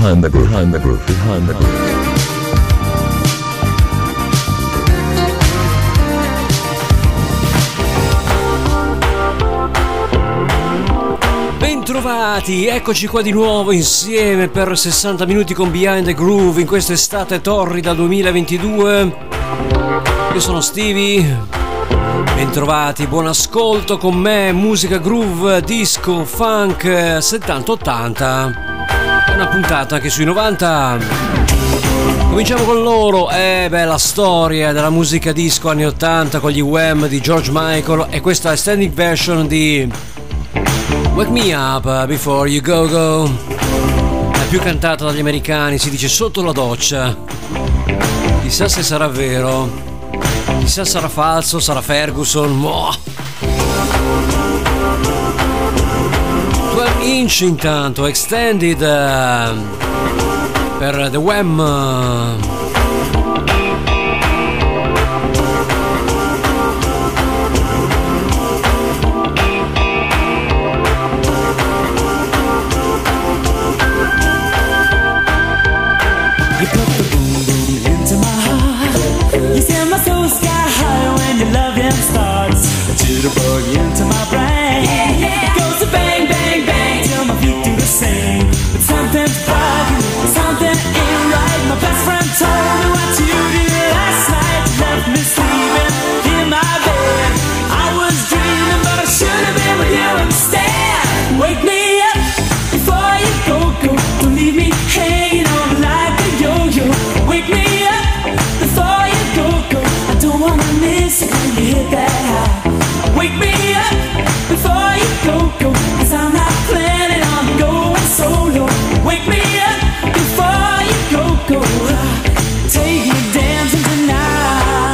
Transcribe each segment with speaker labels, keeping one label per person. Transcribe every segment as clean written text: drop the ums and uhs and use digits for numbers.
Speaker 1: Behind the groove, behind the groove, behind the groove.
Speaker 2: Bentrovati, eccoci qua di nuovo insieme per 60 minuti con Behind the Groove in quest'estate torrida 2022. Io sono Stevie. Bentrovati, buon ascolto con me, musica groove, disco, funk 70-80. Una puntata anche sui 90. Cominciamo con loro, la storia della musica disco anni 80 con gli Wham di George Michael e questa extended version di Wake Me Up Before You Go Go. La più cantata dagli americani, si dice sotto la doccia. Chissà se sarà vero. Chissà sarà falso, sarà Ferguson. 12 inch intanto, extended per The Wham.
Speaker 3: You put the boom boom into my heart. You send my soul sky high when your loving starts. A jitterbug into my brain. It goes to bang bang bang till my feet do the same. But something's bugging, something ain't right. My best friend told me what you did last night. You left me sleeping in my bed. I was dreaming, but I should have been with you instead. Wake me up before you go go. Don't leave me hanging on like a yo-yo. Wake me up before you go go. I don't wanna miss it when you hit that high. Wake me up before you go go. 'Cause I'm not planning on going solo. Wake me up before you go go. Take me dancing tonight.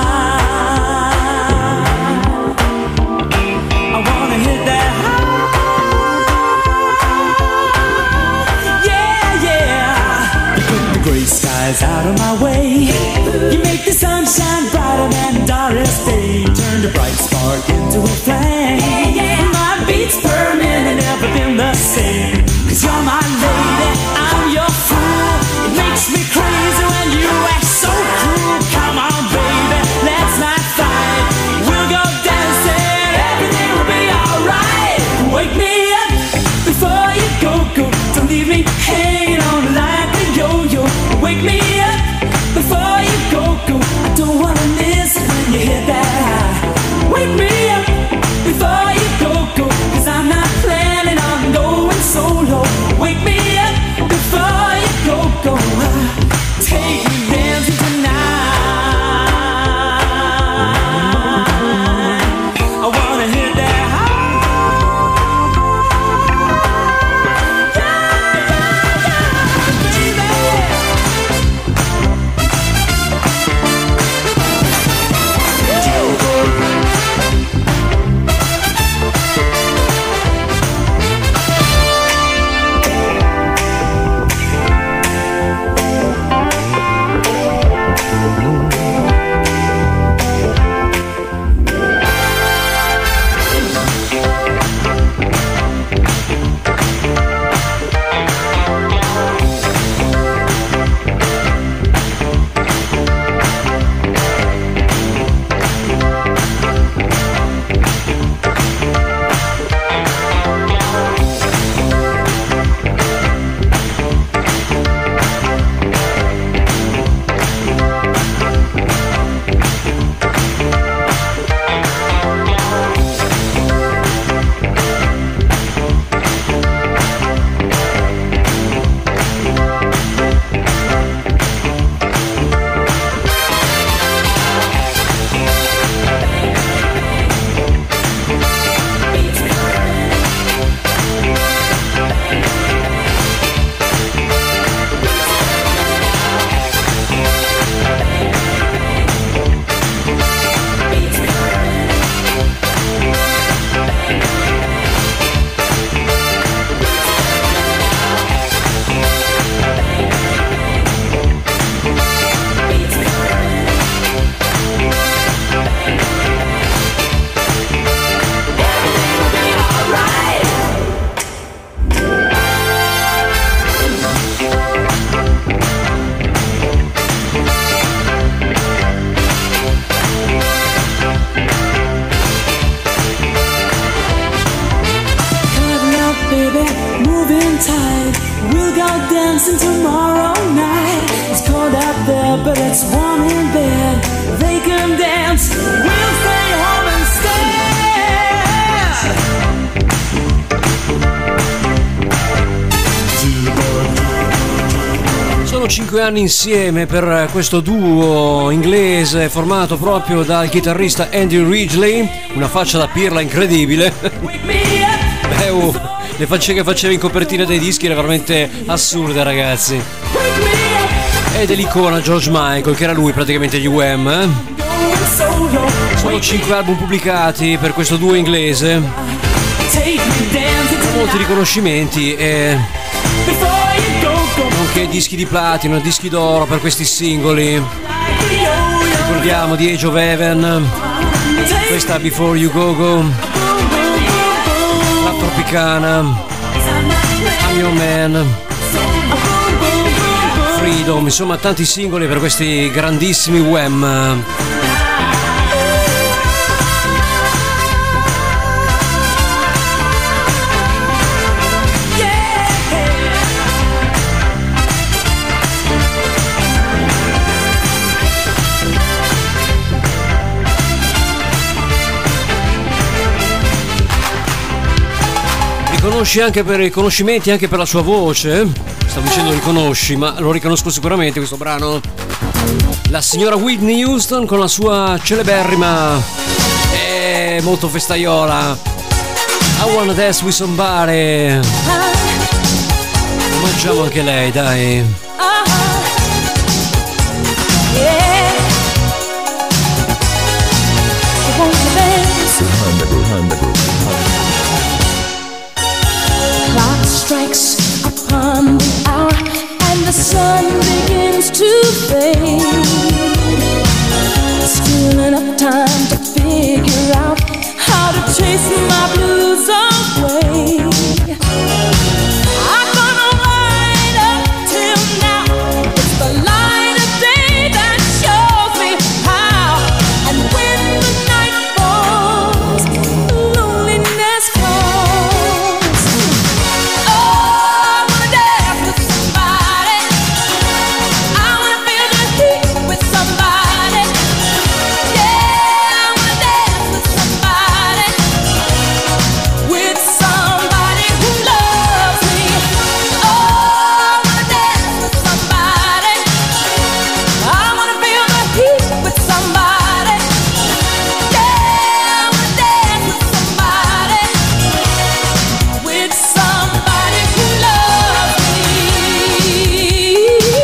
Speaker 3: I wanna hit that high. Yeah, yeah. You put the gray skies out of my way. You make the sunshine brighter than Doris Day. Turn the bright spark into a flame. My beats burning and never been the same. 'Cause you're my lady, I'm your fool. It makes me crazy when you act so cruel. Come on baby, let's not fight. We'll go dancing, everything will be alright. Wake me up before you go go. Don't leave me hanging on like a yo-yo. Wake me up before you go go. I don't wanna miss it when you hit that high. Wake me up before you go go. 'Cause I'm not planning on going solo. Wake me up before you go go. Take me dancing tonight. I wanna hit that high. Yeah, yeah, yeah, baby.
Speaker 2: 5 anni insieme per questo duo inglese formato proprio dal chitarrista Andy Ridgely, una faccia da pirla incredibile. Le facce che faceva in copertina dei dischi erano veramente assurde, ragazzi. Ed è l'icona George Michael, che era lui praticamente gli Wham. Sono 5 album pubblicati per questo duo inglese, molti riconoscimenti e nonché dischi di platino, dischi d'oro per questi singoli. Ricordiamo The Age of Heaven, questa Before You Go Go, la Tropicana, I'm Your Man, Freedom, insomma tanti singoli per questi grandissimi Wham. Riconosci anche per i riconoscimenti, anche per la sua voce. Stavo dicendo riconosci, ma lo riconosco sicuramente questo brano. La signora Whitney Houston con la sua celeberrima e molto festaiola I Wanna Dance With Somebody. Omaggiamo anche lei, dai.
Speaker 1: Behind the groove.
Speaker 4: Clock strikes upon the hour and the sun begins to fade. Still enough time to figure out how to chase my blues away. I'm gonna ride up till now. It's the light of day that shows me how. And when the night falls, loneliness calls. Oh, I wanna dance with somebody. I wanna feel the heat with somebody. Yeah, I wanna dance with somebody. With somebody who loves me. Oh, I wanna dance with somebody. I wanna feel the heat with somebody. Yeah, I wanna dance with somebody. With somebody who loves me.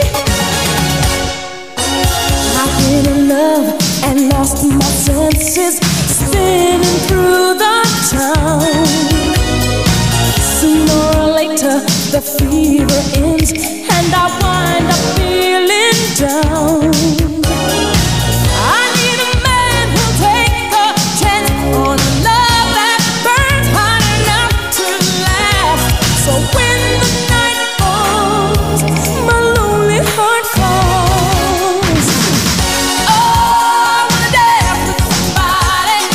Speaker 4: I've been in love and lost my senses, spinning through the town. Sooner or later the fever ends and I wind up feeling down. I need a man who'll take a chance on a love that burns hot enough to last. So when the night falls, my lonely heart calls. Oh, I wanna dance with somebody.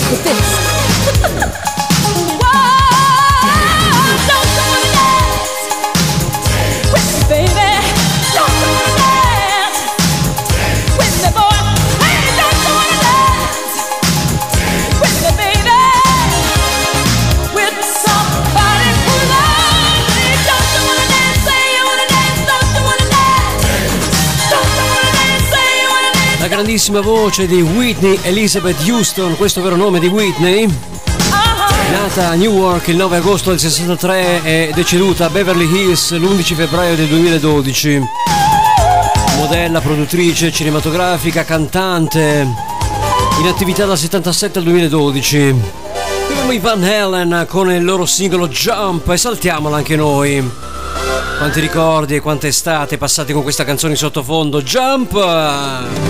Speaker 4: with this. Whoa, don't you wanna dance with me, baby? Don't you wanna dance with me, boy? Hey, don't you wanna dance with me, baby? With somebody who loves me. Don't you wanna dance? Say you wanna dance. Don't you wanna dance? Don't you wanna dance? Say you wanna dance.
Speaker 2: La grandissima voce di Whitney Elizabeth Houston, questo vero nome di Whitney, è nata a Newark il 9 agosto del 63 e deceduta a Beverly Hills l'11 febbraio del 2012. Modella, produttrice cinematografica, cantante, in attività dal 77 al 2012. Abbiamo i Van Halen con il loro singolo Jump e saltiamola anche noi. Quanti ricordi e quante estate passate con questa canzone in sottofondo. Jump!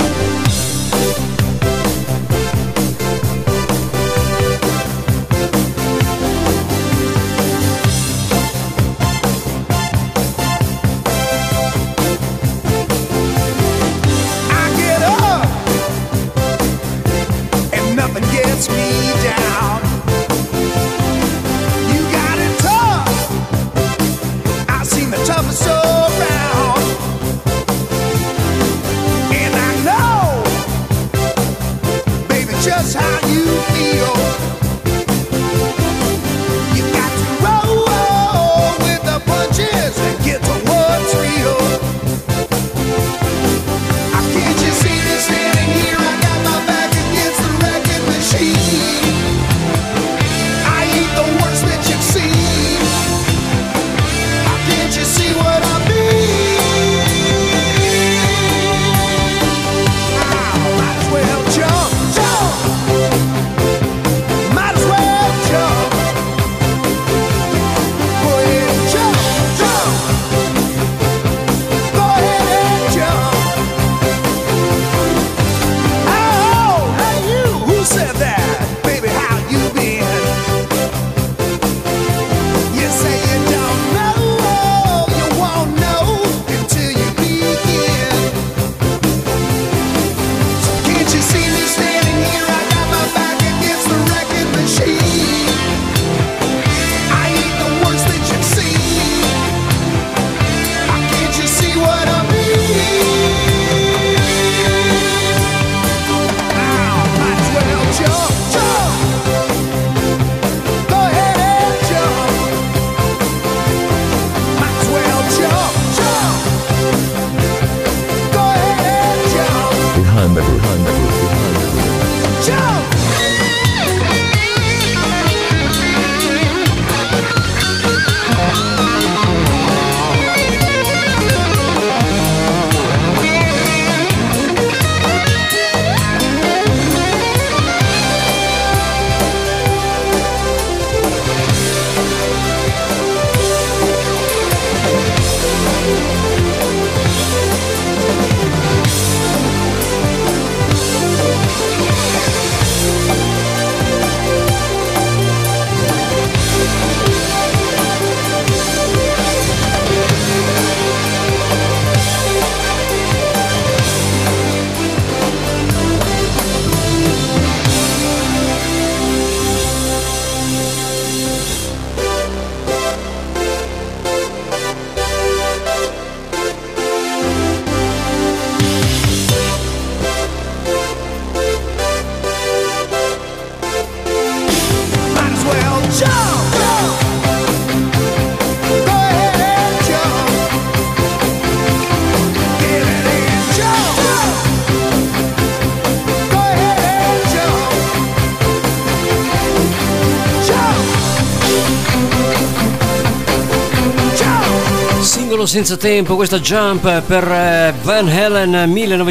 Speaker 2: Senza tempo, questa Jump per Van Halen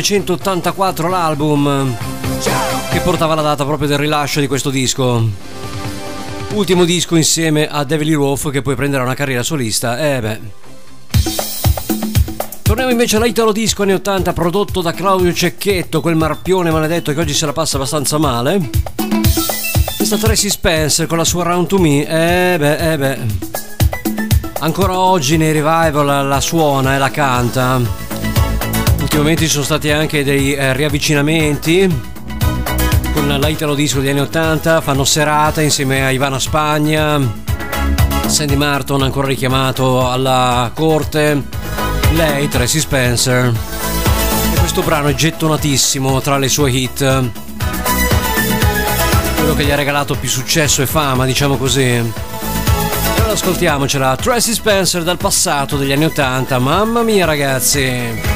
Speaker 2: 1984, l'album che portava la data proprio del rilascio di questo disco, ultimo disco insieme a David Lee Roth, che poi prenderà una carriera solista. Torniamo invece all'Italo Disco anni 80, prodotto da Claudio Cecchetto, quel marpione maledetto che oggi se la passa abbastanza male. Questa Tracy Spencer con la sua Round to Me. Ancora oggi nei revival la suona e la canta. Ultimamente ci sono stati anche dei riavvicinamenti con l'Italo Disco degli anni 80, fanno serata insieme a Ivana Spagna, Sandy Martin ancora richiamato alla corte, lei Tracy Spencer, e questo brano è gettonatissimo tra le sue hit, quello che gli ha regalato più successo e fama, diciamo così. Allora ascoltiamocela, Tracy Spencer dal passato degli anni 80, mamma mia ragazzi.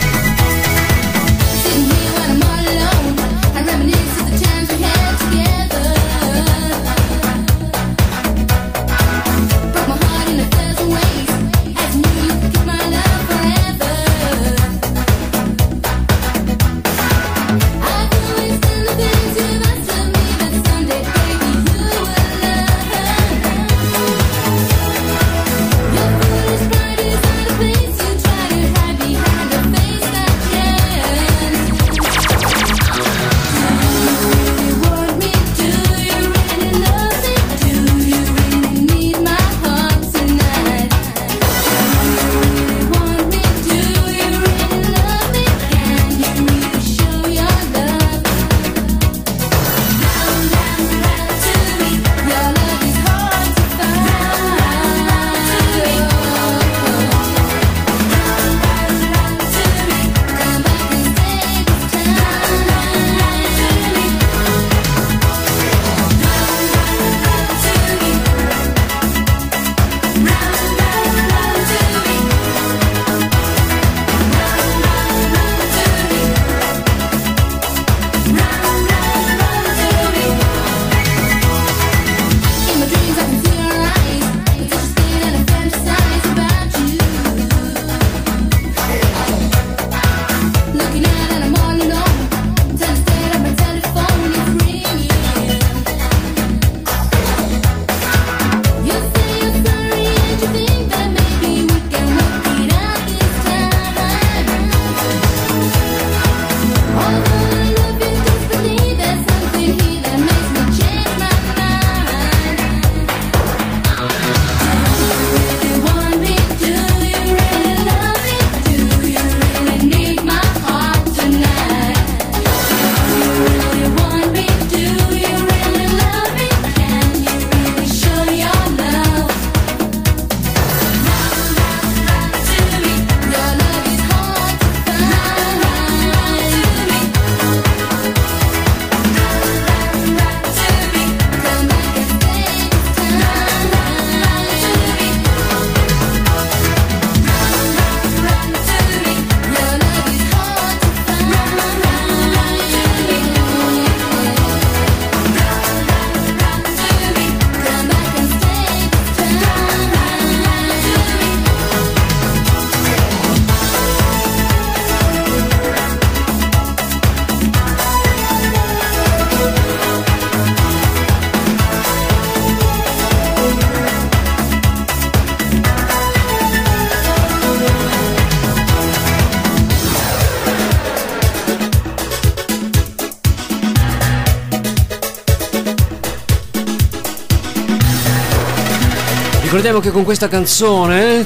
Speaker 2: Ricordiamo che con questa canzone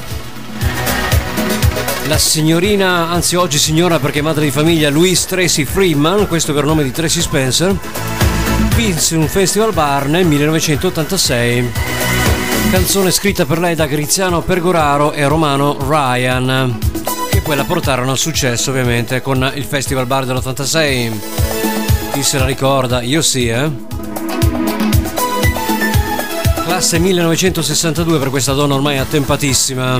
Speaker 2: la signorina, anzi oggi signora perché è madre di famiglia, Louise Tracy Freeman, questo per nome di Tracy Spencer, vinse un festival bar nel 1986. Canzone scritta per lei da Graziano Pergoraro e Romano Ryan, che poi la portarono al successo ovviamente con il festival bar dell'86. Chi se la ricorda? Io sì, Classe 1962 per questa donna ormai attempatissima.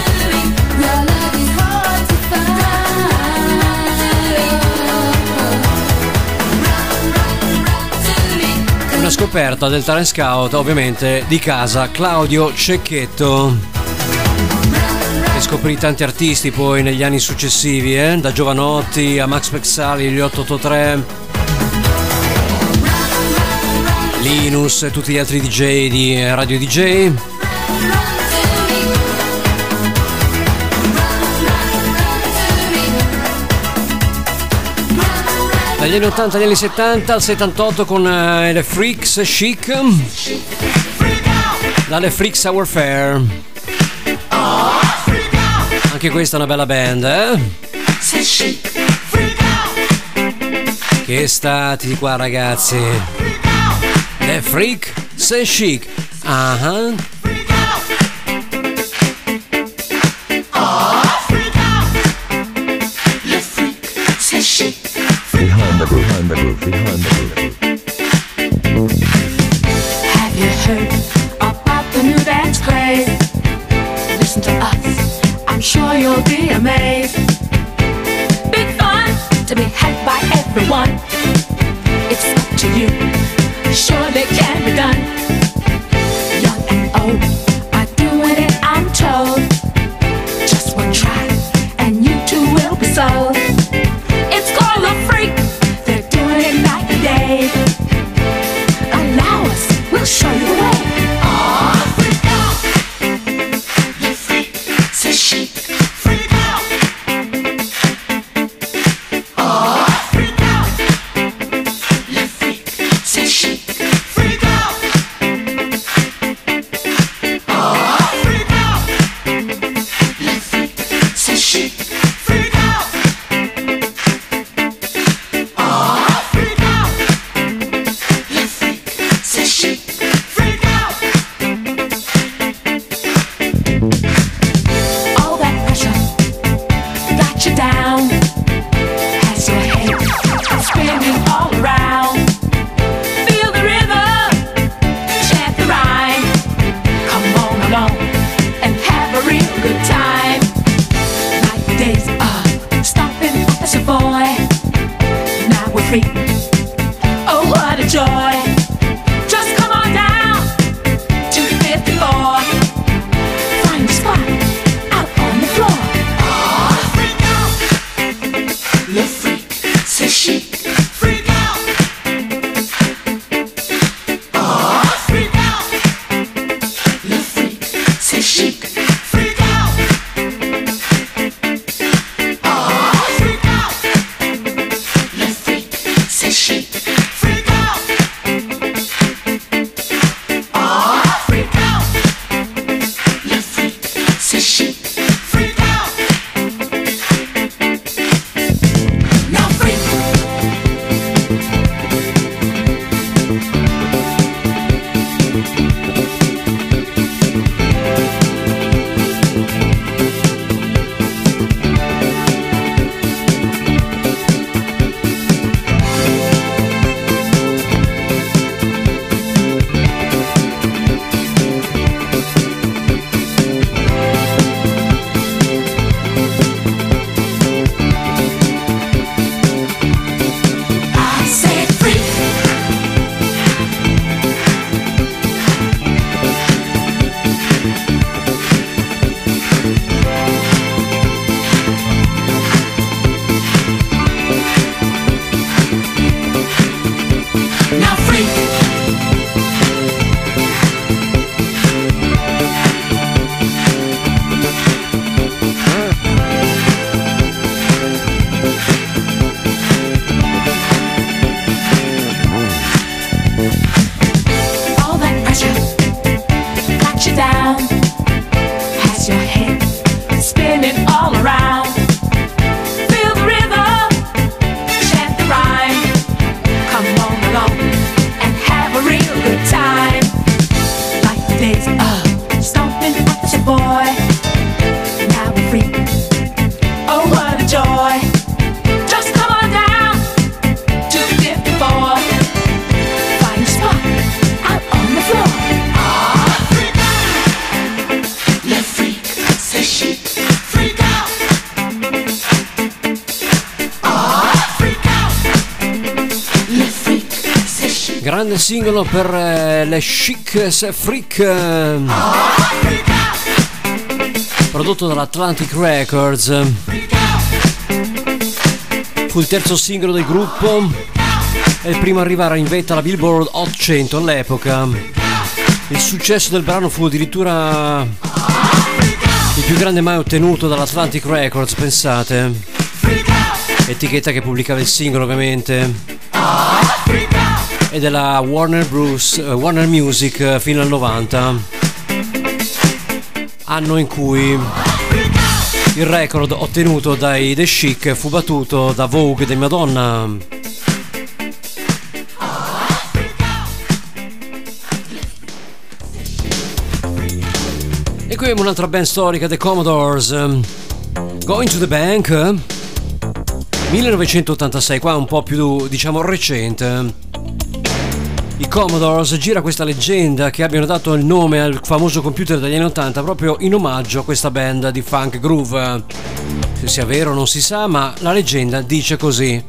Speaker 2: Una scoperta del talent scout ovviamente di casa Claudio Cecchetto, che scoprì tanti artisti poi negli anni successivi, da Giovanotti a Max Pezzali, gli 883, Linus e tutti gli altri DJ di Radio DJ. Dagli anni 80 agli anni 70, al 78 con le Freaks Chic, dalle Freaks Our Fair. Anche questa è una bella band, Che stati qua ragazzi. The Freak c'est chic. Uh-huh.
Speaker 1: Behind the groove, behind the groove, behind the groove.
Speaker 4: Have you heard about the new dance craze? Listen to us, I'm sure you'll be amazed. Big fun to be had by everyone. It's up to you, surely can be done. Young and old are doing it, I'm told. Just one try and you too will be sold. It's called a freak, they're doing it night and day. Allow us, we'll show you the way. Oh, freak out, you freak, c'est chic. Freak out, oh, freak out, you freak, c'est chic. Freak out, oh, freak out, you freak, c'est chic. Freak out. All that pressure got you down, has your head spinning all around. Feel the rhythm, chant the rhyme. Come on along and have a real good time. Like the days of stomping as a boy, now we're free. Oh, what a joy! Just come on down to 54. Find a spot out on the floor. Oh, freak out, le freak, c'est chic. Freak out, oh, freak out, le freak, c'est chic. Freak out, oh, freak out, le freak, c'est chic. Freak out, oh, freak out, le freak, c'est chic. Freak out, now freak. I said freak. Now freak. All that pressure got you down, has your head spinning all around. Feel the rhythm, chant the rhyme. Come on along and have a real good time. Like the days of stomping as a boy, now we're free. Oh, what a joy! Just come on down to 54. Find a spot out on the floor. Ah, freak out, le freak, c'est chic. Freak out, ah, freak out, le freak, c'est chic.
Speaker 2: Grande singolo per le Chic c'est Freak,
Speaker 4: Freak out,
Speaker 2: prodotto dall'Atlantic Records.
Speaker 4: freak out,
Speaker 2: Fu il terzo singolo del gruppo e il primo a arrivare in vetta alla Billboard Hot 100 all'epoca. Il successo del brano fu addirittura il più grande mai ottenuto dall'Atlantic Records, pensate. Etichetta che pubblicava il singolo ovviamente. E della Warner Music fino al 90, anno in cui il record ottenuto dai The Chic fu battuto da Vogue di Madonna. E qui abbiamo un'altra band storica, The Commodores, Going to the Bank, 1986, qua un po' più, diciamo, recente. I Commodores, gira questa leggenda che abbiano dato il nome al famoso computer degli anni 80 proprio in omaggio a questa band di funk groove. Se sia vero non si sa, ma la leggenda dice così.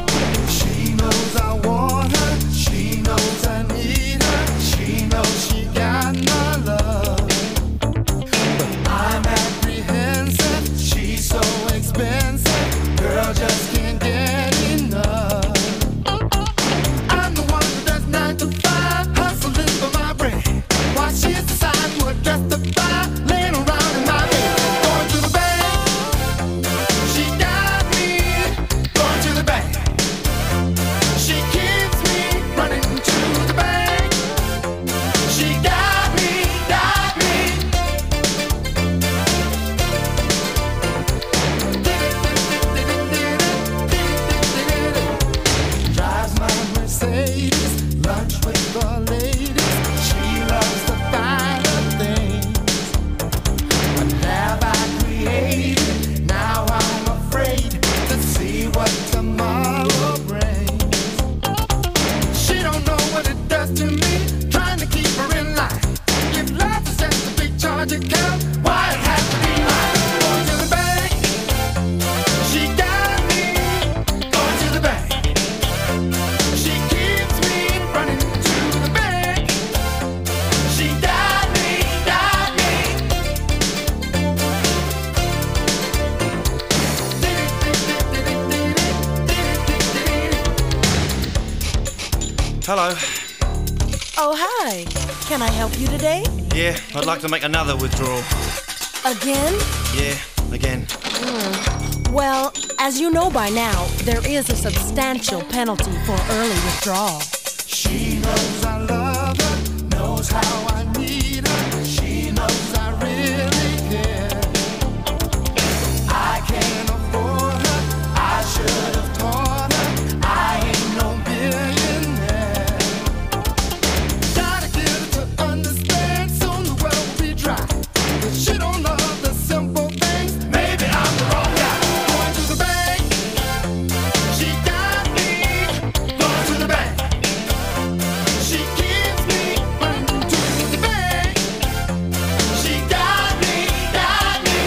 Speaker 5: Hello.
Speaker 6: Oh, hi. Can I help you today?
Speaker 5: Yeah, I'd like to make another withdrawal.
Speaker 6: Again?
Speaker 5: Yeah, again.
Speaker 6: Well, as you know by now, there is a substantial penalty for early withdrawal.
Speaker 3: She knows I love her, knows how I need her. She knows I really care. I can't afford her, I should have taught her. I ain't no billionaire. Gotta get her to understand, soon the well will be dry. If she don't love the simple things, maybe I'm the wrong guy. Going to the bank, she got me. Going to the bank. She gives me money to the bank. She got me, got me.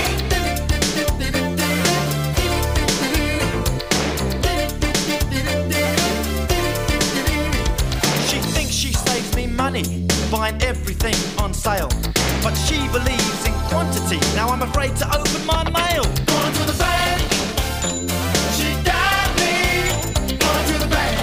Speaker 5: She thinks she saves me money, buying everything on sale. But she believes in quantity, now I'm afraid to open my mail.
Speaker 3: Going to the bank. She got me. Going to the bank.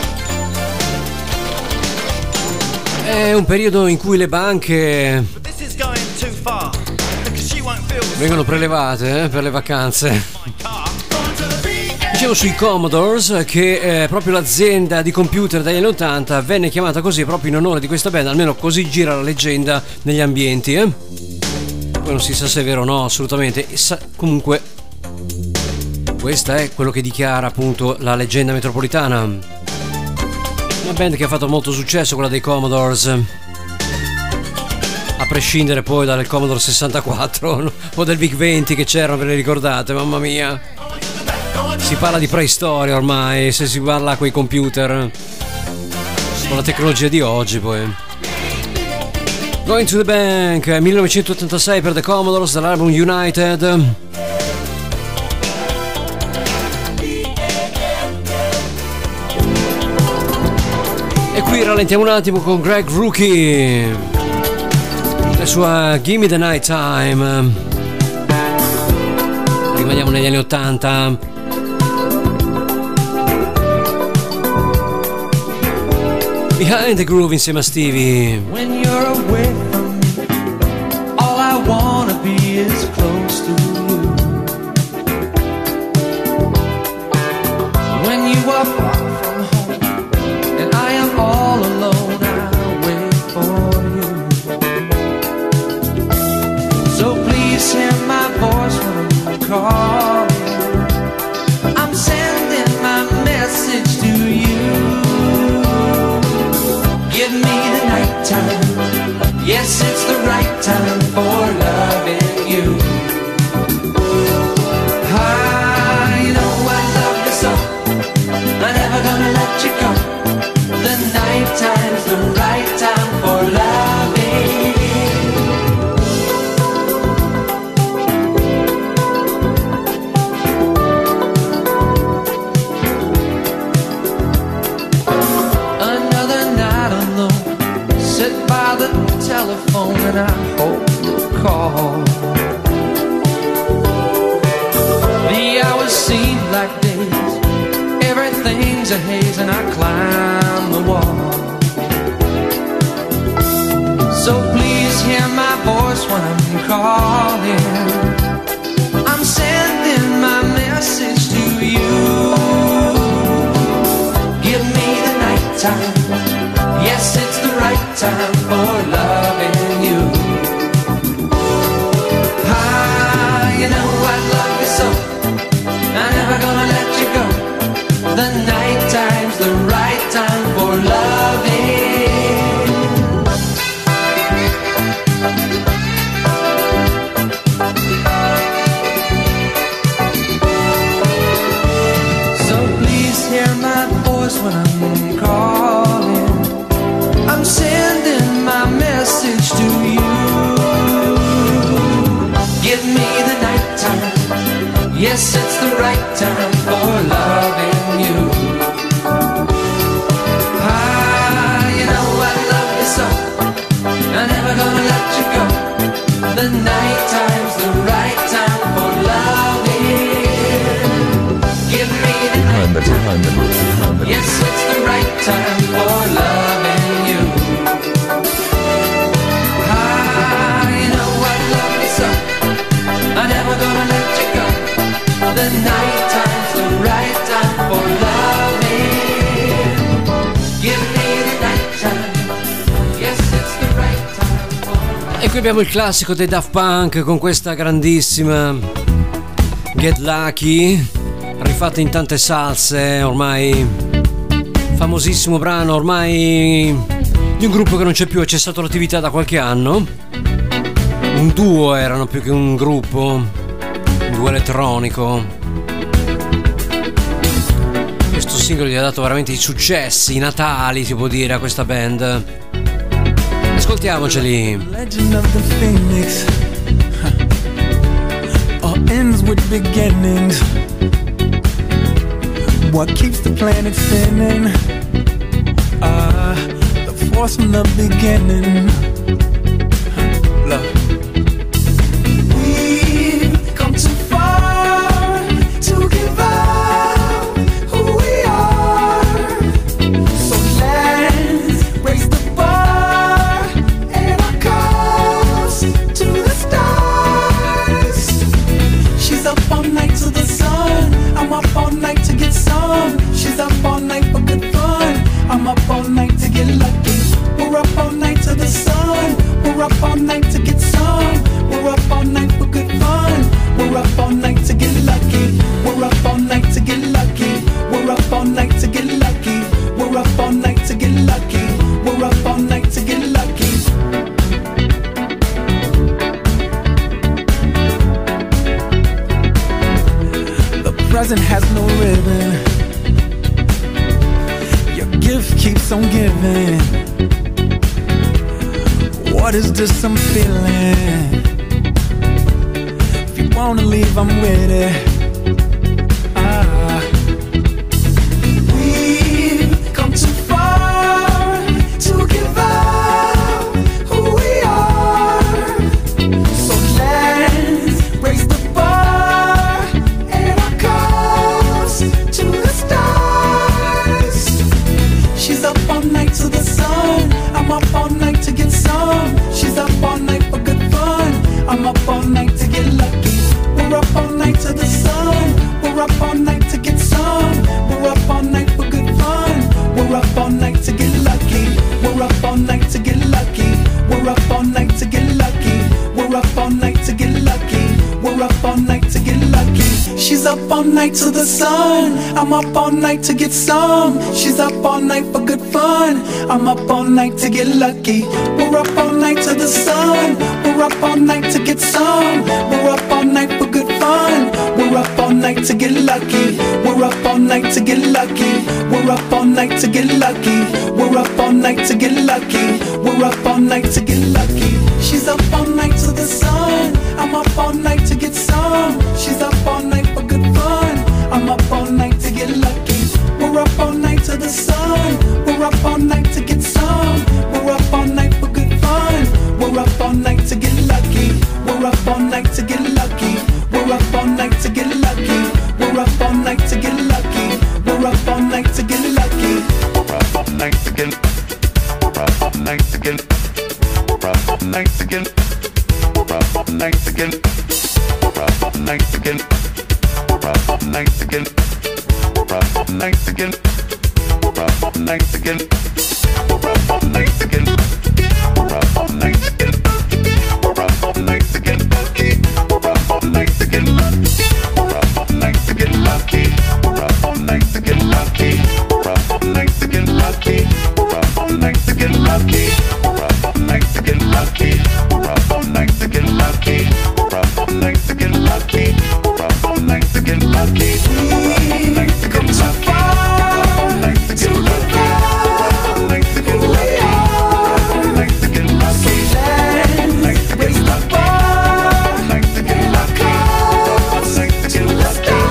Speaker 2: È un periodo in cui le banche
Speaker 5: But this is going too far, because she won't feel the
Speaker 2: vengono prelevate per le vacanze.
Speaker 5: my car.
Speaker 3: Going to the BA.
Speaker 2: Dicevo sui Commodores che proprio l'azienda di computer degli anni 80 venne chiamata così proprio in onore di questa band, almeno così gira la leggenda negli ambienti. Poi non si sa se è vero o no, assolutamente. Comunque questa è quello che dichiara appunto la leggenda metropolitana. Una band che ha fatto molto successo, quella dei Commodores, a prescindere poi dal Commodore 64 o del VIC 20 che c'erano, ve le ricordate? Mamma mia, si parla di preistoria ormai se si parla con i computer, con la tecnologia di oggi. Poi Going to the Bank, 1986 per The Commodores, dall'album United. E qui rallentiamo un attimo con Greg Rookie, la sua Gimme the Night Time. Rimaniamo negli anni 80. Behind the Groove insieme a Stevie.
Speaker 7: When you're away from me, all I wanna be is close to you. When you are far from home and I am all alone, I'll wait for you. So please hear my voice when I'm calling. I'm sending my message to you. Give me the nighttime, Yes, it's the right time for loving you. You know I love you so, I'm never gonna let you go. The night time's the right time for loving. Another night alone, sit by the telephone and I hope you'll call. The hours seem like days, everything's a haze and I climb the wall. So please hear my voice when I'm calling. I'm sending my message to you. Give me the night time. Yes, it's the right time for loving you. You know I love you so, I'm never gonna let you go. The night time's the right time for loving. So please hear my voice when I'm calling. I'm sending my message to you. Give me the night time. Yes, it's the right time for loving you. You know I love you so, I'm never gonna let you go. The night time's the right time for loving. Give me the night time. Yes, it's the right time for loving you. You know I love you so, I'm never gonna let you go. The night time's the right time for loving. Give me the night time. Yes, it's the right time for loving.
Speaker 2: E qui abbiamo il classico dei Daft Punk con questa grandissima Get Lucky, rifatta in tante salse, ormai famosissimo brano, ormai di un gruppo che non c'è più, ha cessato l'attività da qualche anno. Un duo erano più che un gruppo, un duo elettronico. Questo singolo gli ha dato veramente i successi, i natali si può dire a questa band. Ascoltiamoceli.
Speaker 8: Legend of the Phoenix all ends with beginnings. What keeps the planet spinning? The force from the beginning. Love. We've come too far to give up who we are. So let's raise the bar and our cups to the stars. She's up all night to the sun. I'm up all night to get some. She's up all night for good fun. I'm up all night to get lucky. We're up all night to the sun. We're up all night to get some. We're up all night for good fun. We're up all night to get lucky. We're up all night to get lucky. We're up all night to get lucky. We're up all night to get lucky. We're up all night to get lucky. The present has no ribbon. Your gift keeps on giving. What is this I'm feeling? If you wanna leave, I'm with it. We've come too far to give up who we are. So let's raise the bar and our cups to the stars. She's up all night to the sun. I'm up all night to get some. She's up all night for good fun. I'm up all night to get lucky. We're up all night to the sun. We're up all night to get some. We're up all night for good fun. We're up all night to get lucky. We're up all night to get lucky. We're up all night to get lucky. We're up all night to get lucky. We're up all night to get lucky. She's up up all night to the sun. I'm up all night to get some. She's up all night for good fun. I'm up all night to get lucky. We're up all night to the sun. We're up all night to get some. We're up all night for good fun. We're up all night to get lucky. We're up all night to get lucky. We're up all night to get lucky. We're up all night to get lucky. We're up all night to get lucky. She's up all night to the sun. I'm up all night to get some. She's up all night for good fun. I'm up all night to get lucky. We're up all night to the sun. We're up all night to get some. We're up all night for good fun. We're up all night to get lucky. We're up all night to get lucky. We're up all night to get lucky. We're up all night to get lucky. We're up all night to get lucky.
Speaker 1: We're up all night to get. We're up all night to get. We're up all night to get. We're up all night to get. We're up all night to get. We're up all night to get. We're up all night to get. We're up all night to get. We're up all night to get. We're up all night to get. We're up all night to get lucky. We're up all night to get lucky. We're up all night to get lucky. We're up all night to get lucky. We're up all night to get lucky. We're up all night to get lucky. We're up all night to get lucky. We're up all night to get lucky. We're up all night to get lucky. We're up all night to get lucky.
Speaker 8: We've come too far to give up. Who we are. So let's raise the bar and our cups to the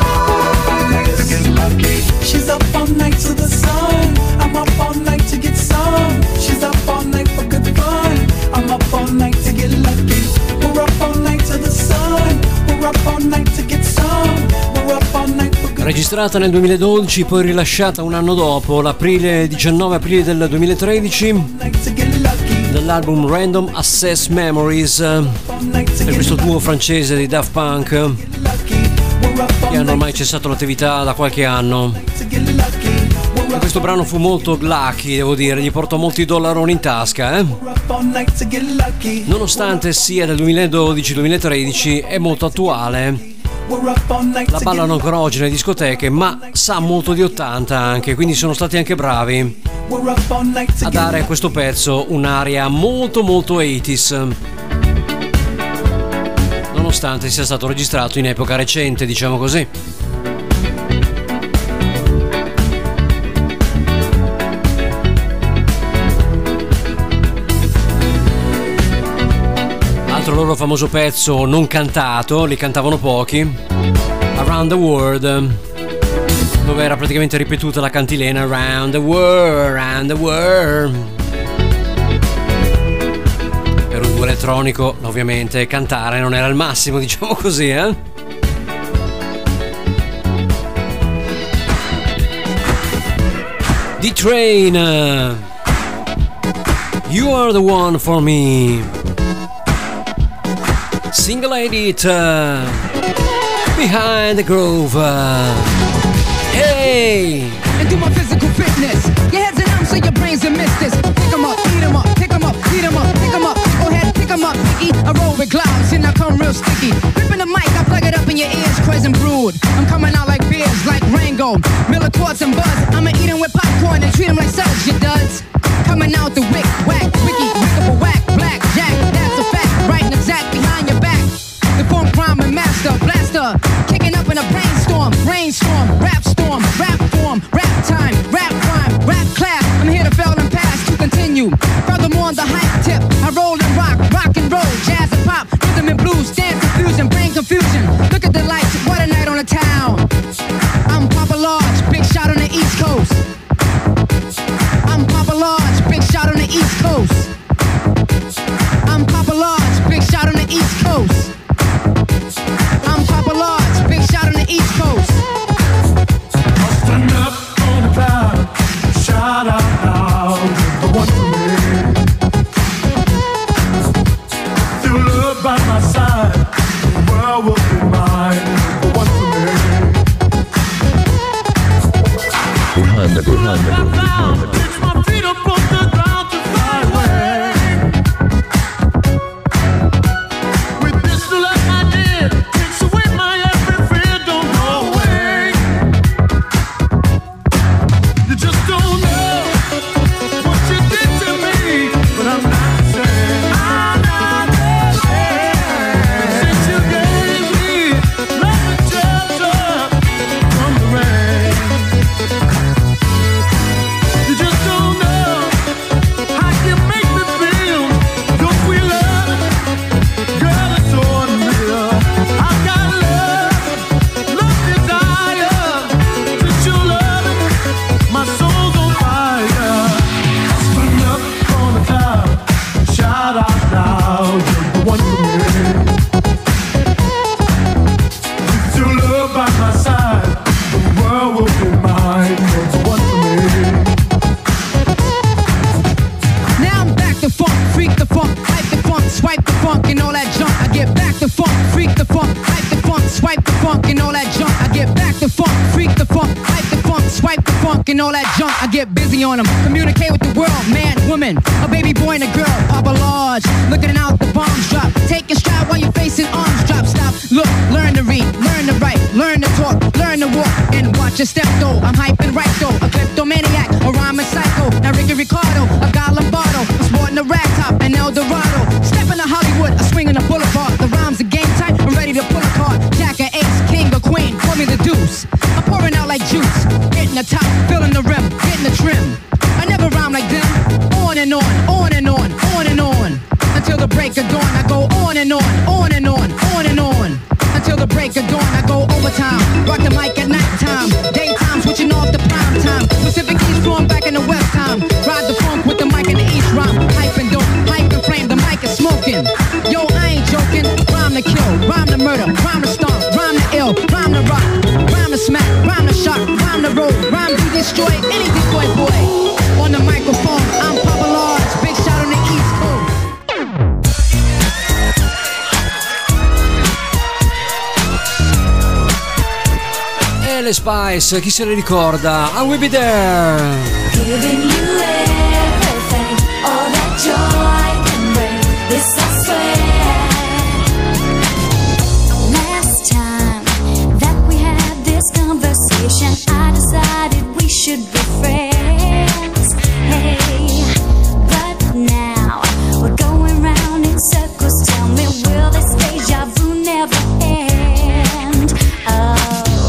Speaker 8: stars. She's up all night to the sun. I'm up all night to get some. She's up all night for good fun. I'm up all night to get lucky. We're up all night to the sun. We're up all night to get some. We're up all night for good.
Speaker 2: Registrata nel 2012, poi rilasciata un anno dopo, l'aprile 19 aprile del 2013,
Speaker 8: Night to get lucky.
Speaker 2: dall'album Random Access Memories,
Speaker 8: All night to
Speaker 2: per
Speaker 8: get
Speaker 2: questo duo francese di Daft Punk,
Speaker 8: lucky. We're up all
Speaker 2: che hanno
Speaker 8: night
Speaker 2: ormai cessato l'attività da qualche anno.
Speaker 8: to get lucky. We're up
Speaker 2: Questo brano fu molto lucky, devo dire, gli portò molti dollaroni in tasca,
Speaker 8: all night to get lucky.
Speaker 2: Nonostante sia del 2012-2013, è molto attuale.
Speaker 8: We're up all night
Speaker 2: La
Speaker 8: to
Speaker 2: ballano ancora oggi nelle discoteche, ma sa molto di 80 anche, quindi sono stati anche bravi
Speaker 8: We're up all night to
Speaker 2: a dare a questo pezzo un'aria molto molto 80s, nonostante sia stato registrato in epoca recente, diciamo così. Altro loro famoso pezzo non cantato, li cantavano pochi, Around the World, dove era praticamente ripetuta la cantilena Around the World, Around the World. Per un duo elettronico, ovviamente, cantare non era il massimo, diciamo così, D-Train, You Are the One for Me. Single edit, Behind the Groove. Hey!
Speaker 9: And do my physical fitness. Your head's an arm so your brains are missed this. Pick 'em up, eat 'em up, pick 'em up, eat 'em up, pick 'em up. Go ahead, pick 'em up, Mickey. I roll with clouds and I come real sticky. Ripping the mic, I plug it up in your ears, crazy brood. I'm coming out like beers, like Rango. Miller Quartz and Buzz. I'ma eat 'em with popcorn and treat 'em like suds, you duds. Coming out the wick, whack, wicky, wickable whack, black, jack. That's a fact, right and exact behind your back. The form crime and master, blaster. Kicking up in a brainstorm, rap storm, rap form, rap time, rap crime, rap class. I'm here to fail and pass to continue. Furthermore on the hype tip, I roll and rock and roll, jazz and pop, rhythm and blues, dance confusion, brain confusion. Look at the lights, what a night on the town. I'm Papa Large, big shot on the East Coast. I'm Papa Large, big shot on the East Coast. I'm Papa Large, big shot on the East Coast. I'm Papa Large, big shot on the East Coast.
Speaker 8: Stand up on the cloud, shout out loud, the one for me. Feel love by my side, the world will be mine, the one for me.
Speaker 1: Behind the groove, behind the groove, behind the groove.
Speaker 8: Fix my feet up on the ground to fly away. With this love I did, takes away my every fear, don't know
Speaker 9: funk and all that junk. I get back the funk, freak the funk, hype the funk, swipe the funk and all that junk. I get back the funk, freak the funk, hype the funk, swipe the funk and all that junk. I get busy on them, communicate with the world, man, woman, a baby boy and a girl, Papa Large, looking out the bombs drop, taking stride while you're facing arms drop, stop, look, learn to read, learn to write, learn to talk, learn to walk, and watch your step though, I'm hyping right though, a kleptomaniac, a rhyming psycho, now Ricky Ricardo, a guy Lombardo, I'm sporting a rag top and El Dorado, stepping to Hollywood, I swing in the boulevard, the rhymes are game tight, I'm ready to pull a card, Jack or ace, king or queen, call me the deuce, I'm pouring out like juice, hitting the top, filling the rim, hitting the trim, I never rhyme like them, on and on, on and on, on and on, until the break of dawn, I go on and on, on and on, on and on, until the break of dawn, I go overtime, rock the mic at nighttime, daytime, switching off the prime time, Pacific East flowing back in the West time, ride the funk with the mic in the East rhyme, hype and dope, hype and flame, the mic is smoking, yo, I ain't joking, rhyme to kill, rhyme to murder, rhyme to stomp, rhyme to ill, rhyme to rock, rhyme to smack, rhyme to shock, rhyme to roll, rhyme to destroy any decoy boy, on the microphone, I'm Papa Large, big shot on the East Coast.
Speaker 2: Le Spice, chi se le ricorda? I Will Be There.
Speaker 4: Giving you everything, all that joy can bring. This I swear. Last time that we had this conversation, I decided we should be friends. Hey, but now we're going round in circles. Tell me, will this deja vu never end? Oh.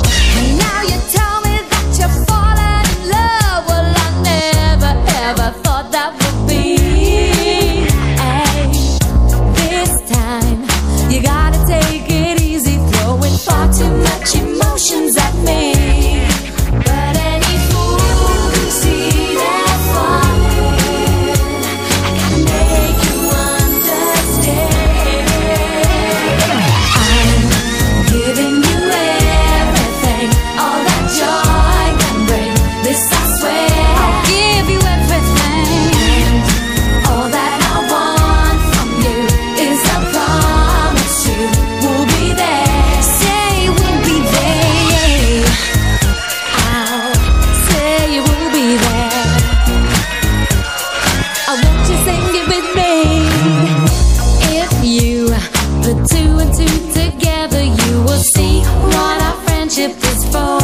Speaker 4: Far too much emotions at me, but any fool can see that falling. I gotta make you understand. I'm giving you everything, all that joy can bring. This I swear, I'll give you everything, and all that I want from you is a promise you will be there. Two and two together, you will see what our friendship is for.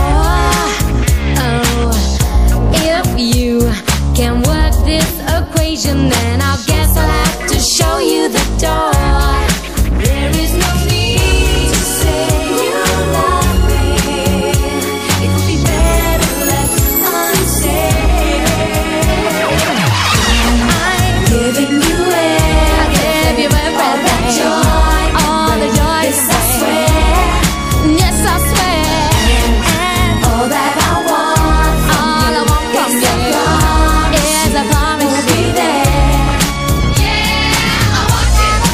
Speaker 4: Oh, if you can work this equation, then I guess I'll have to show you the door. There is no need to say you love me. It would be better left unsaid. I'm giving you everything, all that joy. Yes, I swear. Yes, I swear. And all that I want from you is a promise to be there. Yeah, I want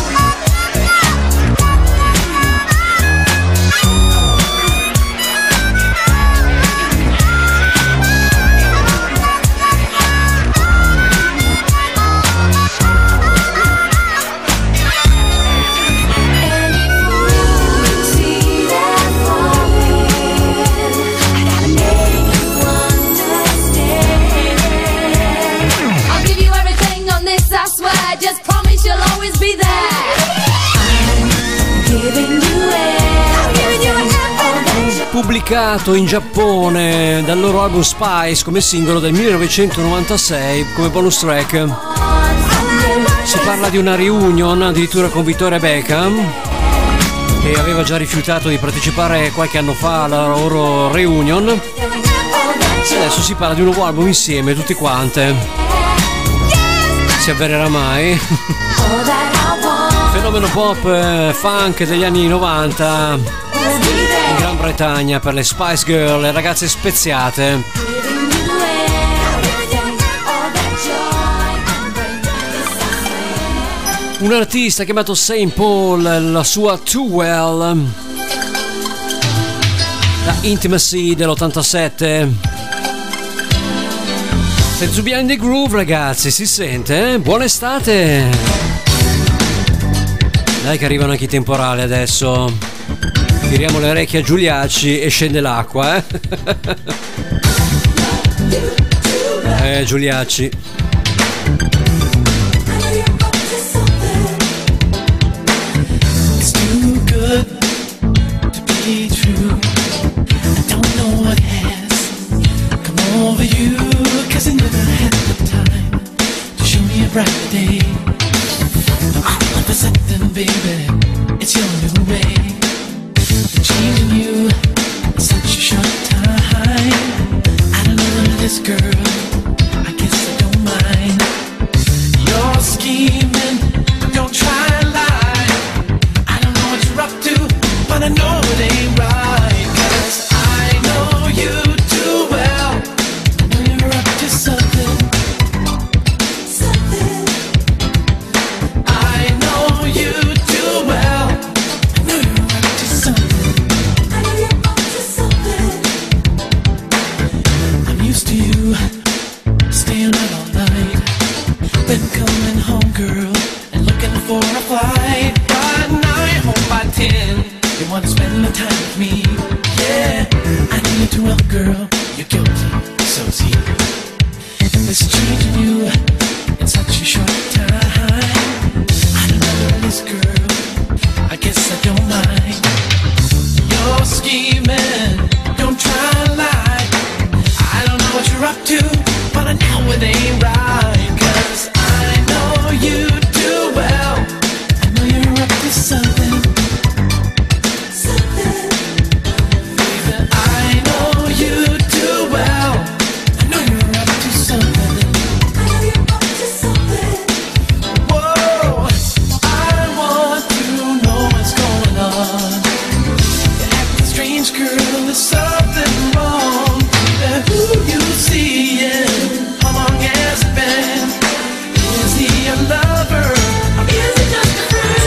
Speaker 2: Pubblicato in Giappone dal loro album Spice come singolo del 1996 come bonus track. Si parla di una reunion addirittura con Victoria Beckham, che aveva già rifiutato di partecipare qualche anno fa alla loro reunion, e adesso si parla di un nuovo album insieme tutti quante. Si avvererà mai? Fenomeno pop funk degli anni 90 in Gran Bretagna per le Spice Girl, le ragazze speziate. Un artista chiamato St. Paul, la sua Too Well, la Intimacy dell'87. Siete su Behind the Groove, ragazzi, si sente? Buona estate! Dai che arrivano anche i temporali adesso. Tiriamo le orecchie a Giuliacci e scende l'acqua, Giuliacci.
Speaker 8: It's too good to be true. I don't know what has come over you, 'cause I never had the time to show me a brighter day. All of a sudden, baby, it's your new way. The change in you in such a short time. I don't know this girl, I guess I don't mind. You're scheming, don't try and lie. I don't know what you're up to, but I know it ain't right. 'Cause I know you too well. I know you're up to something. I know you too well. I know you're up to something. I'm used to you staying out all night, then coming home, girl, and looking for a flight. But now you're home by 10. You wanna spend the time with me? Yeah, I know you too well, girl. You're guilty, so is he. There's a change in you in such a short time. I don't know this girl, I guess I don't mind. You're scheming, don't try and lie. I don't know what you're up to, but I know it ain't right. 'Cause I know you too well. I know you're up to something. Baby, I know you too well. I know you're up to something. Whoa, I want to know what's going on. You're acting strange, girl, there's something wrong. Who you seeing? How long has it been? Is he a lover? Or is he just a friend?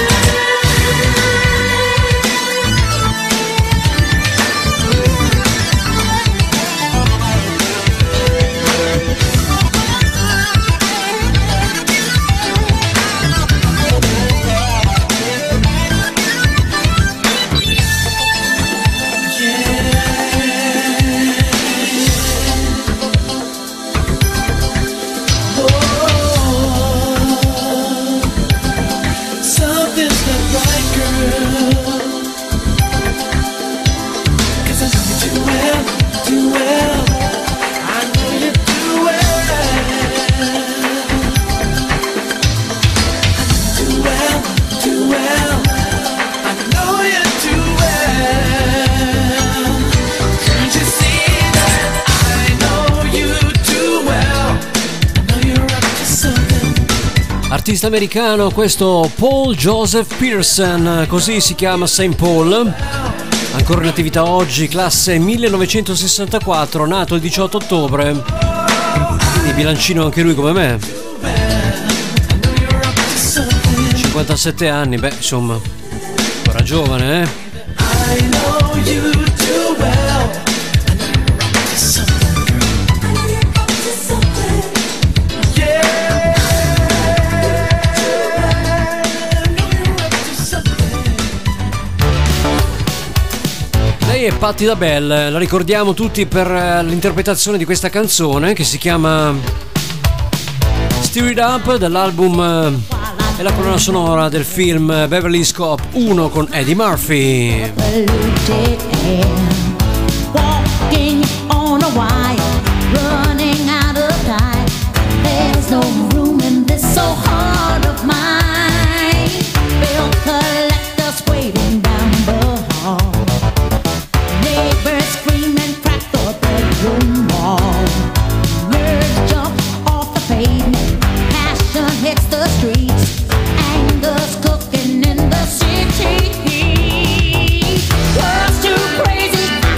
Speaker 8: Something's not right, girl. 'Cause I know you too well, too well. I know you too well. I know you too well, too well. I know you too well. Can't you see that I know you too well? I know you're up to something.
Speaker 2: Artista americano, questo Paul Joseph Peterson, così si chiama St. Paul, ancora in attività oggi, classe 1964, nato il 18 ottobre, quindi bilancino anche lui come me, 57 anni, beh insomma, ancora giovane,
Speaker 8: I know you too well. I know you're up to something, girl. Yeah. I know you're up to something.
Speaker 2: Lei è Patti LaBelle, la ricordiamo tutti per l'interpretazione di questa canzone che si chiama Stir It Up, dall'album e la colonna sonora del film Beverly Hills Cop 1 con Eddie Murphy.
Speaker 10: Polluted air, walking on a wire, running out of time. There's no room in this so heart of mine. Bill collectors waiting down the hall, neighbors scream and crack the bedroom wall. Nerves jump off the pavement, passion hits the streets, anger's cooking in the city. World's too crazy.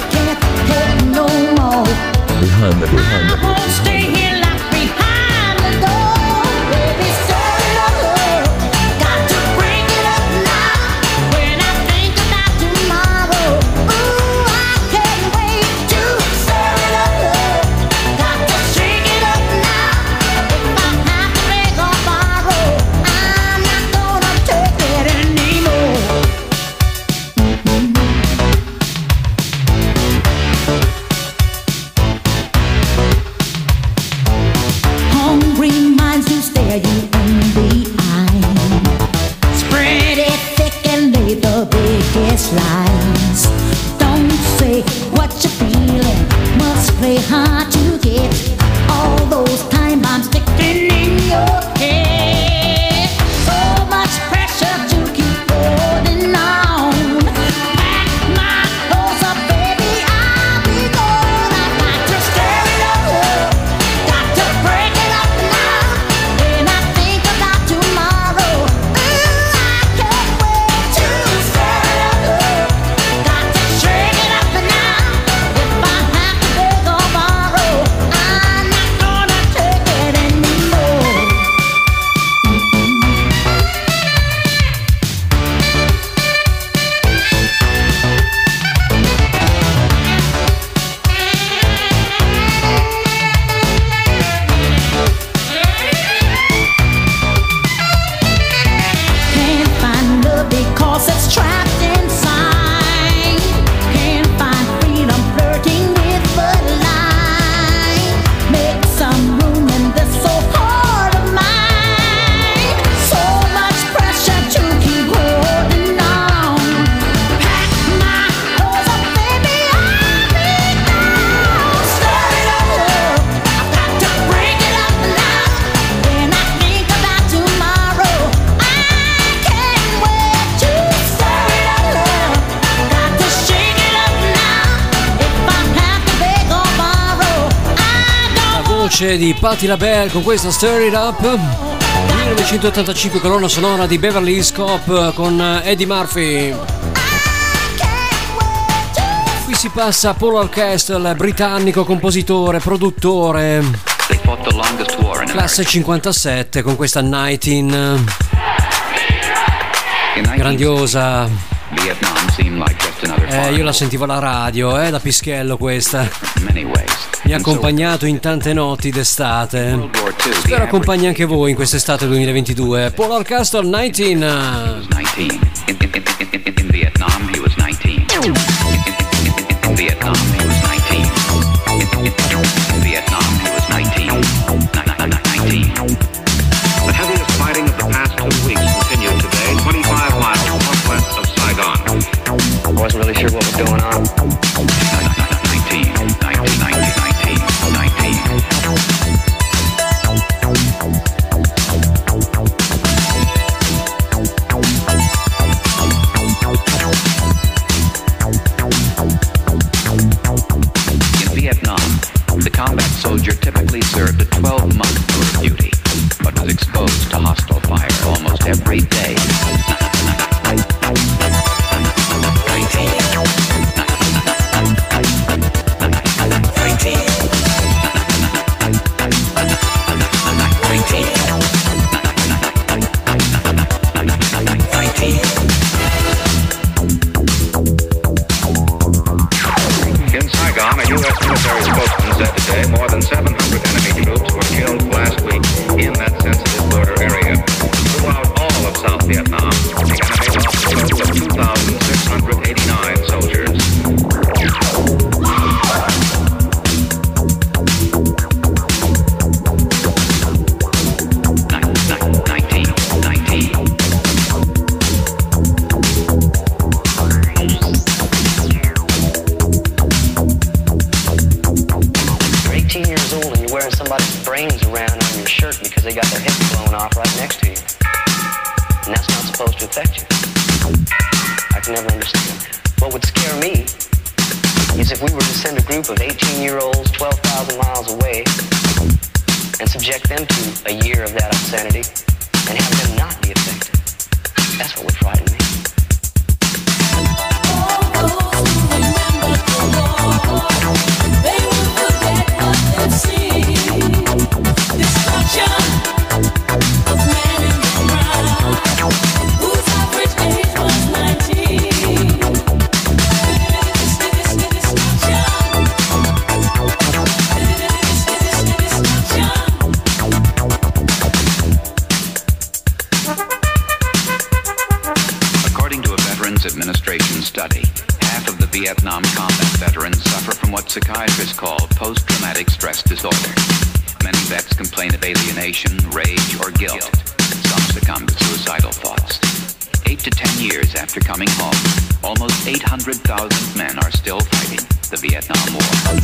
Speaker 2: voce di Patti LaBelle con questa Stir It Up. 1985, colonna sonora di Beverly Hills Cop con Eddie Murphy. Qui si passa a Paul Orchestra, britannico, compositore, produttore. Classe 57 con questa 19. Grandiosa. Io la sentivo alla radio, da Pischello questa. Mi ha accompagnato in tante notti d'estate. Spero accompagni anche voi in quest'estate 2022. Paul Orchestra 19.
Speaker 11: In Vietnam he was 19. In Vietnam he was 19. In Vietnam he was 19. 19.
Speaker 12: The heaviest fighting of the past 2 weeks continued today, 25 miles northwest of Saigon.
Speaker 13: I wasn't really sure what was going on.
Speaker 11: 19. In Vietnam, the combat soldier typically served a 12-month tour of duty, but was exposed to hostile fire almost every day.
Speaker 13: 12,000 miles away and subject them to a year of that obscenity and have them not be affected. That's what would frighten me.
Speaker 11: Administration study, half of the Vietnam combat veterans suffer from what psychiatrists call post-traumatic stress disorder. Many vets complain of alienation, rage, or guilt. Some succumb to suicidal thoughts. 8 to 10 years after coming home, almost 800,000 men are still fighting the Vietnam War.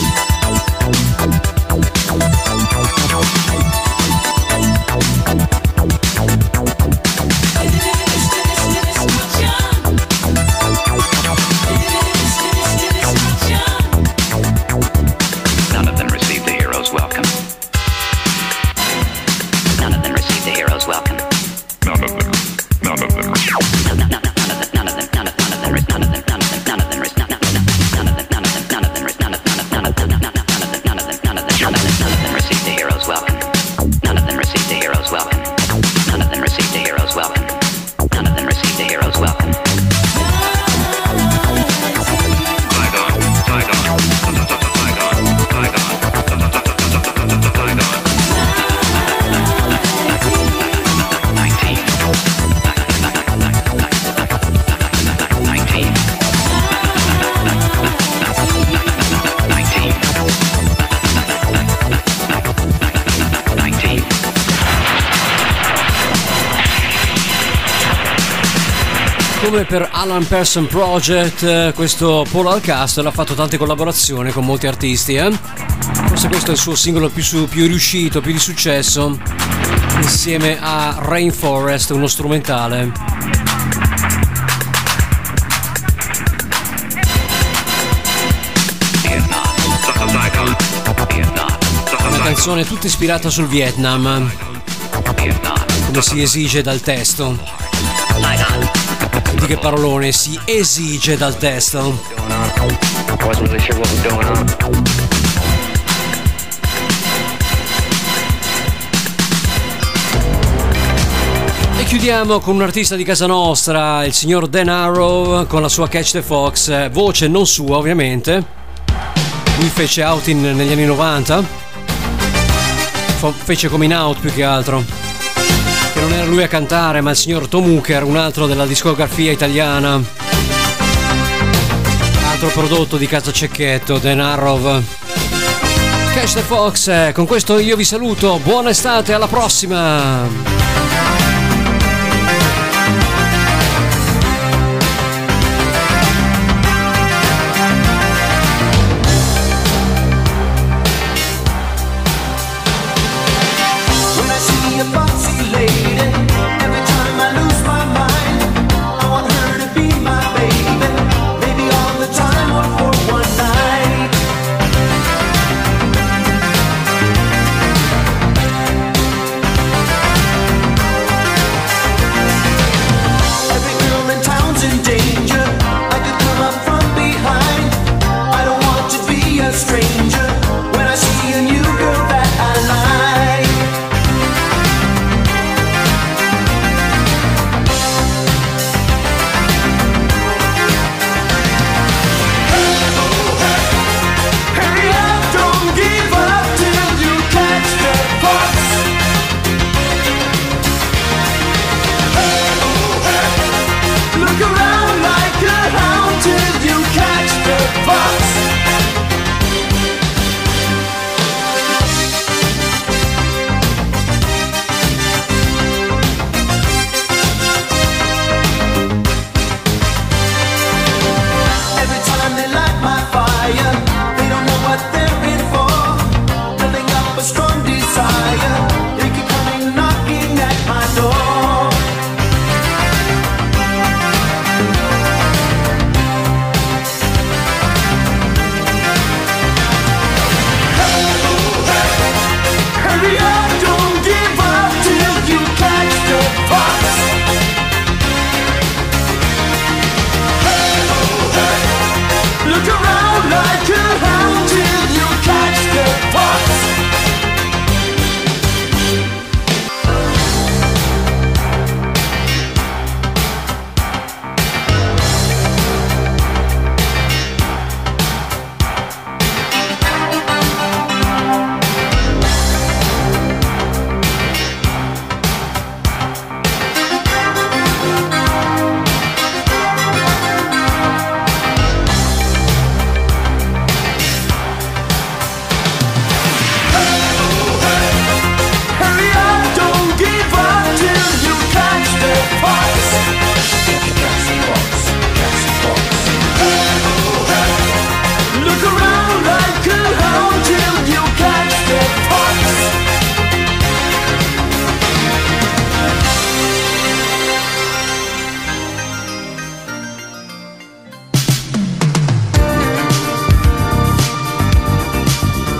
Speaker 11: None of them received the hero's welcome. None of them received the hero's welcome.
Speaker 12: None of them. None of them.
Speaker 11: Received the hero's welcome. None of them received the hero's welcome. None of them received the hero's welcome. None of them received the hero's welcome.
Speaker 2: Come per Alan Parsons Project, questo Paul Orchestra ha fatto tante collaborazioni con molti artisti, Forse questo è il suo singolo più riuscito, più di successo, insieme a Rainforest, uno strumentale. Una canzone tutta ispirata sul Vietnam, come si esige dal testo. Di che parolone si esige dal testo. E chiudiamo con un artista di casa nostra, il signor Dan Arrow, con la sua Catch the Fox, voce non sua ovviamente. Lui fece outing negli anni 90, fece coming out più che altro, che non era lui a cantare ma il signor Tom Hooker, un altro della discografia italiana, altro prodotto di casa Cecchetto, Dan Arrow. Catch the Fox, con questo io vi saluto, buona estate, alla prossima!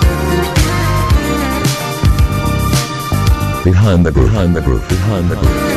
Speaker 14: Behind the groove, behind the groove, behind the groove.